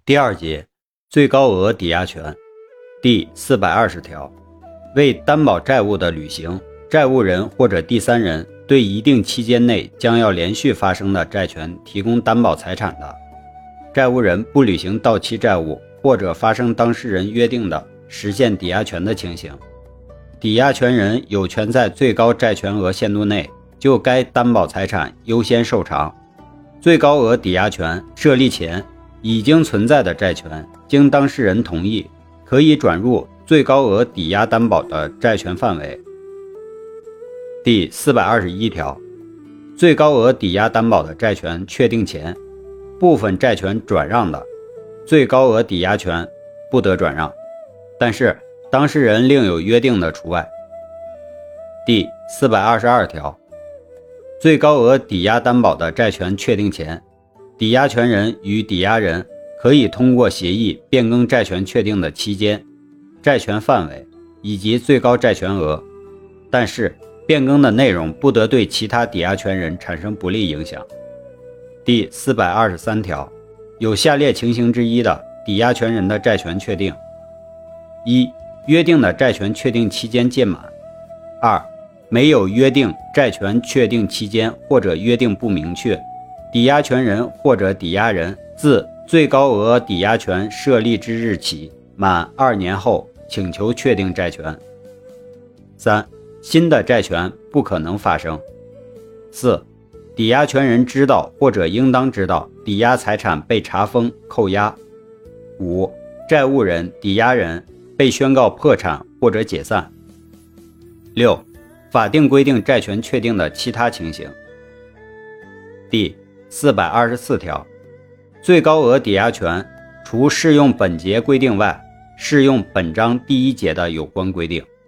第二节最高额抵押权第420条，为担保债务的履行，债务人或者第三人对一定期间内将要连续发生的债权提供担保财产的，债务人不履行到期债务或者发生当事人约定的实现抵押权的情形，抵押权人有权在最高债权额限度内就该担保财产优先受偿。最高额抵押权设立前已经存在的债权，经当事人同意，可以转入最高额抵押担保的债权范围。第421条，最高额抵押担保的债权确定前，部分债权转让的，最高额抵押权不得转让，但是当事人另有约定的除外。第422条，最高额抵押担保的债权确定前，抵押权人与抵押人可以通过协议变更债权确定的期间、债权范围以及最高债权额，但是变更的内容不得对其他抵押权人产生不利影响。第423条，有下列情形之一的抵押权人的债权确定：一、约定的债权确定期间届满；二、没有约定债权确定期间或者约定不明确，抵押权人或者抵押人自最高额抵押权设立之日起满2年后请求确定债权。三、新的债权不可能发生。四、抵押权人知道或者应当知道抵押财产被查封扣押。五、债务人、抵押人被宣告破产或者解散。六、法定规定债权确定的其他情形。第424条，最高额抵押权除适用本节规定外，适用本章第1节的有关规定。